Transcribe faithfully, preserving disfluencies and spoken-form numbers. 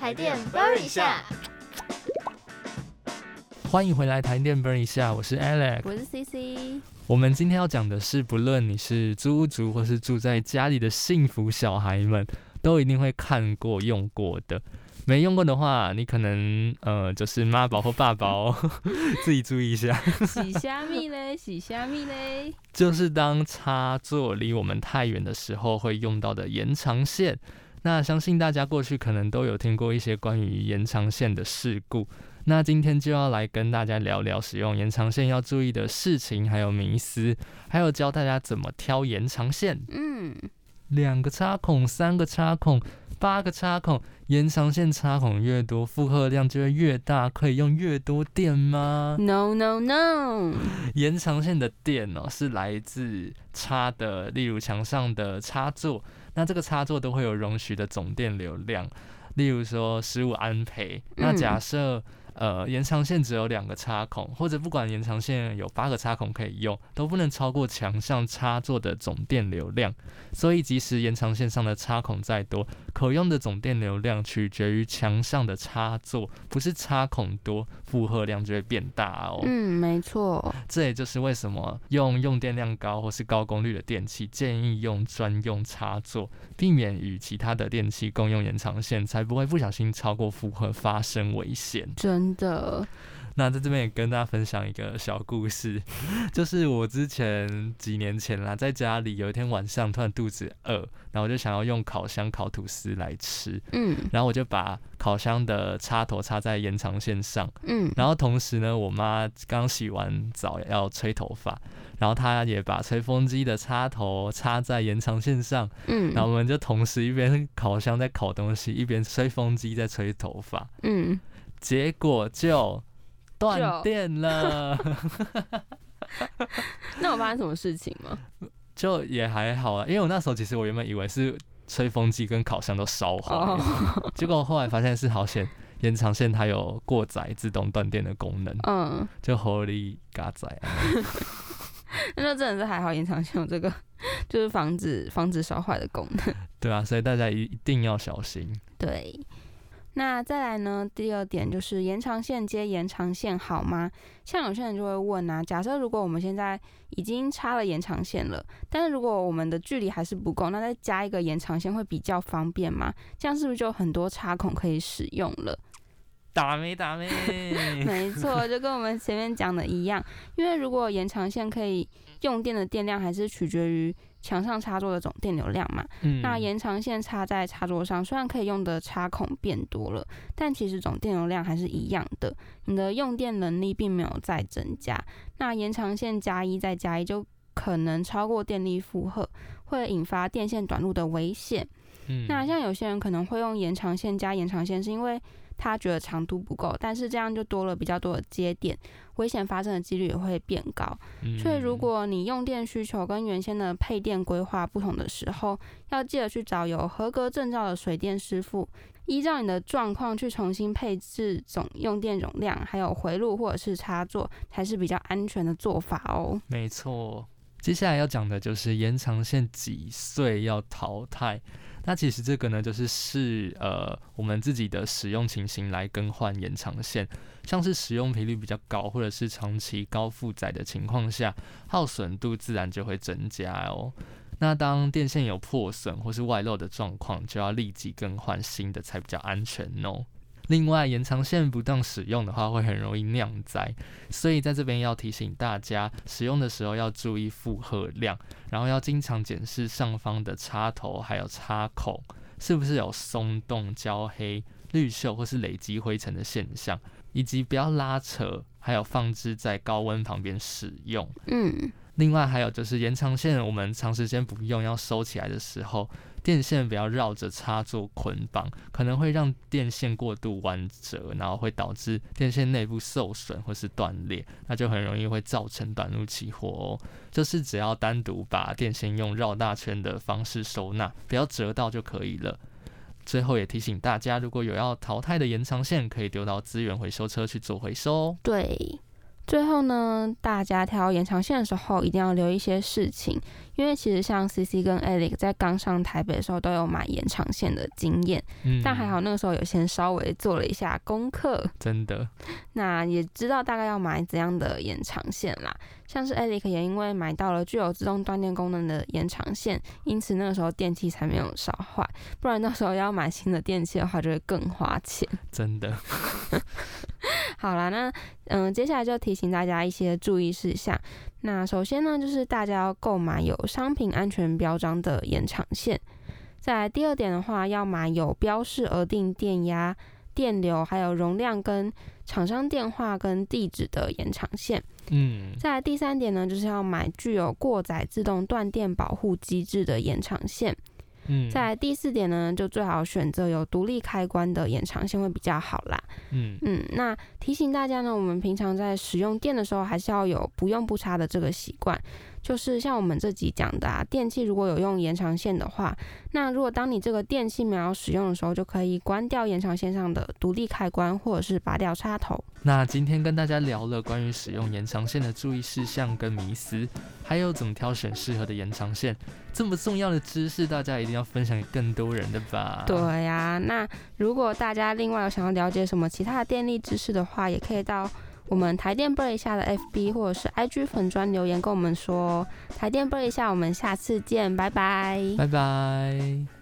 台电 burn 一下。 欢迎回来台电 burn 一下，我是 Alex， 我是 C C。 我们今天要讲的是，不论你是租屋族或是住在家里的幸福小孩们，都一定会看过用过的。没用过的话，你可能呃就是妈宝或爸宝，自己注意一下。 洗虾米嘞，洗虾米嘞， 就是当插座离我们太远的时候，会用到的延长线。那相信大家过去可能都有听过一些关于延长线的事故。那今天就要来跟大家聊聊使用延长线要注意的事情，还有迷思，还有教大家怎么挑延长线。 嗯， 两个插孔、三个插孔、八个插孔，延长线插孔越多，负荷量就会越大，可以用越多电吗 ？No No No， 延长线的电哦，是来自插的，例如墙上的插座，那这个插座都会有容许的总电流量，例如说十五安培。那假设、嗯呃，延长线只有两个插孔，或者不管延长线有八个插孔可以用，都不能超过墙上插座的总电流量。所以，即使延长线上的插孔再多，可用的总电流量取决于墙上的插座，不是插孔多，负荷量就会变大哦。 嗯，没错。 这也就是为什么用用电量高或是高功率的电器，建议用专用插座，避免与其他的电器共用延长线，才不会不小心超过负荷，发生危险。 真的。 那在这边也跟大家分享一个小故事，就是我之前几年前啦，在家里有一天晚上突然肚子饿，然后我就想要用烤箱烤吐司来吃，嗯，然后我就把烤箱的插头插在延长线上，嗯，然后同时呢，我妈刚洗完澡要吹头发，然后她也把吹风机的插头插在延长线上，嗯，然后我们就同时一边烤箱在烤东西，一边吹风机在吹头发，嗯，结果就断电了。 那我发生什么事情吗？ 就也还好啊，因为我那时候其实我原本以为是吹风机跟烤箱都烧坏了， oh. 结果后来发现是好险延长线它有过载自动断电的功能，嗯，就合理嘎载啊。 那就真的是还好，延长线有这个就是防止防止烧坏的功能。 对啊，所以大家一定要小心。 对。那再来呢？第二点就是延长线接延长线好吗？像有些人就会问啊，假设如果我们现在已经插了延长线了，但是如果我们的距离还是不够，那再加一个延长线会比较方便吗？这样是不是就很多插孔可以使用了？ 打没打没？ 没错，就跟我们前面讲的一样，因为如果延长线可以用电的电量还是取决于墙上插座的总电流量嘛，嗯、那延长线插在插座上，虽然可以用的插孔变多了，但其实总电流量还是一样的，你的用电能力并没有再增加。那延长线加一再加一，就可能超过电力负荷，会引发电线短路的危险。嗯、那像有些人可能会用延长线加延长线，是因为他觉得长度不够，但是这样就多了比较多的接点，危险发生的几率也会变高。嗯、所以如果你用电需求跟原先的配电规划不同的时候，要记得去找有合格证照的水电师傅，依照你的状况去重新配置总用电容量，还有回路或者是插座，才是比较安全的做法哦。 没错。接下来要讲的就是延长线几岁要淘汰。那其实这个呢，就是视呃我们自己的使用情形来更换延长线，像是使用频率比较高，或者是长期高负载的情况下，耗损度自然就会增加哦。那当电线有破损或是外漏的状况，就要立即更换新的才比较安全哦。另外，延长线不当使用的话，会很容易酿灾，所以在这边要提醒大家，使用的时候要注意负荷量，然后要经常检视上方的插头还有插孔是不是有松动、焦黑、绿锈或是累积灰尘的现象，以及不要拉扯，还有放置在高温旁边使用。嗯。另外还有就是延长线，我们长时间不用要收起来的时候，电线不要绕着插座捆绑，可能会让电线过度弯折，然后会导致电线内部受损或是断裂，那就很容易会造成短路起火哦。就是只要单独把电线用绕大圈的方式收纳，不要折到就可以了。最后也提醒大家，如果有要淘汰的延长线，可以丢到资源回收车去做回收哦。 对。 最后呢，大家挑延长线的时候一定要留一些事情，因为其实像 C C 跟 Alex 在刚上台北的时候都有买延长线的经验、嗯，但还好那个时候有先稍微做了一下功课， 真的， 那也知道大概要买怎样的延长线啦。像是 Alex 也因为买到了具有自动断电功能的延长线，因此那个时候电器才没有烧坏，不然到时候要买新的电器的话就会更花钱。 真的。 好啦，那嗯，接下来就提醒大家一些注意事项。那首先呢，就是大家要购买有商品安全标章的延长线。再来第二点的话，要买有标示额定电压、电流还有容量跟厂商电话跟地址的延长线。嗯，再来第三点呢，就是要买具有过载自动断电保护机制的延长线。嗯，再来第四点呢，就最好选择有独立开关的延长线会比较好啦。嗯嗯，那提醒大家呢，我们平常在使用电的时候，还是要有不用不插的这个习惯。就是像我们这集讲的啊，电器如果有用延长线的话，那如果当你这个电器没有使用的时候，就可以关掉延长线上的独立开关，或者是拔掉插头。 那今天跟大家聊了关于使用延长线的注意事项跟迷思，还有怎么挑选适合的延长线，这么重要的知识，大家一定要分享给更多人的吧？ 对呀、啊，那如果大家另外有想要了解什么其他的电力知识的话，也可以到我们台电啵一下的 F B 或者是 I G 粉专留言跟我们说。台电啵一下，我们下次见，拜拜， 拜拜。